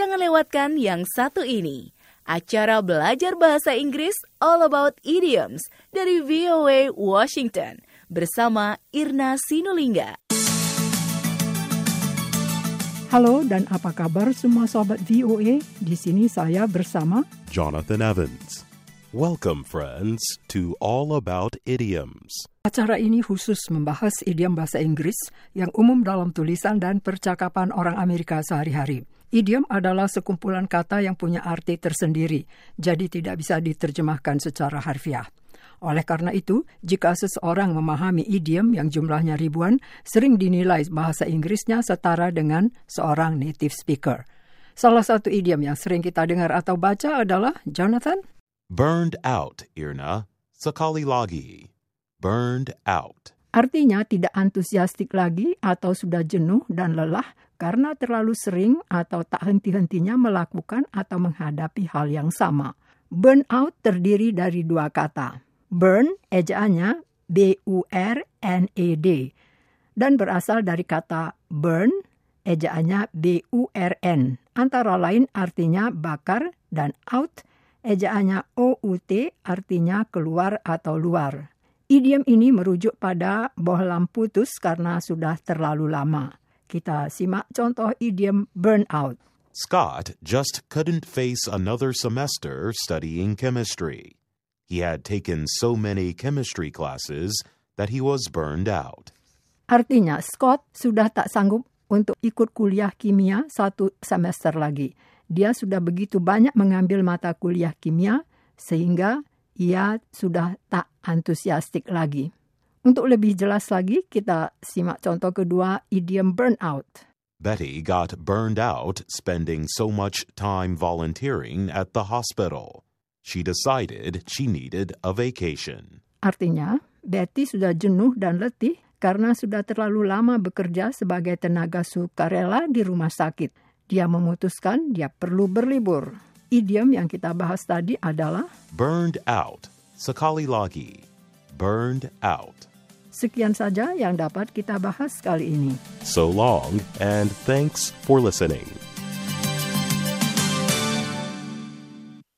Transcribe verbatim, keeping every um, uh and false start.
Jangan lewatkan yang satu ini. Acara belajar bahasa Inggris All About Idioms dari V O A Washington bersama Irna Sinulinga. Halo dan apa kabar semua sobat V O A? Di sini saya bersama Jonathan Evans. Welcome friends to All About Idioms. Acara ini khusus membahas idiom bahasa Inggris yang umum dalam tulisan dan percakapan orang Amerika sehari-hari. Idiom adalah sekumpulan kata yang punya arti tersendiri, jadi tidak bisa diterjemahkan secara harfiah. Oleh karena itu, jika seseorang memahami idiom yang jumlahnya ribuan, sering dinilai bahasa Inggrisnya setara dengan seorang native speaker. Salah satu idiom yang sering kita dengar atau baca adalah, Jonathan? Burned out, Irna. Sekali lagi. Burned out. Artinya tidak antusiastik lagi atau sudah jenuh dan lelah karena terlalu sering atau tak henti-hentinya melakukan atau menghadapi hal yang sama. Burn out terdiri dari dua kata. Burn, ejaannya B U R N E D, dan berasal dari kata burn, ejaannya B U R N. Antara lain artinya bakar dan out, ejaannya O U T, artinya keluar atau luar. Idiom ini merujuk pada bohlam putus karena sudah terlalu lama. Kita simak contoh idiom burnout. Scott just couldn't face another semester studying chemistry. He had taken so many chemistry classes that he was burned out. Artinya, Scott sudah tak sanggup untuk ikut kuliah kimia satu semester lagi. Dia sudah begitu banyak mengambil mata kuliah kimia sehingga ia sudah tak antusiastik lagi. Untuk lebih jelas lagi, kita simak contoh kedua idiom burnout. Betty got burned out spending so much time volunteering at the hospital. She decided she needed a vacation. Artinya, Betty sudah jenuh dan letih karena sudah terlalu lama bekerja sebagai tenaga sukarela di rumah sakit. Dia memutuskan dia perlu berlibur. Idiom yang kita bahas tadi adalah burned out. Sekali lagi. Burned out. Sekian saja yang dapat kita bahas kali ini. So long and thanks for listening.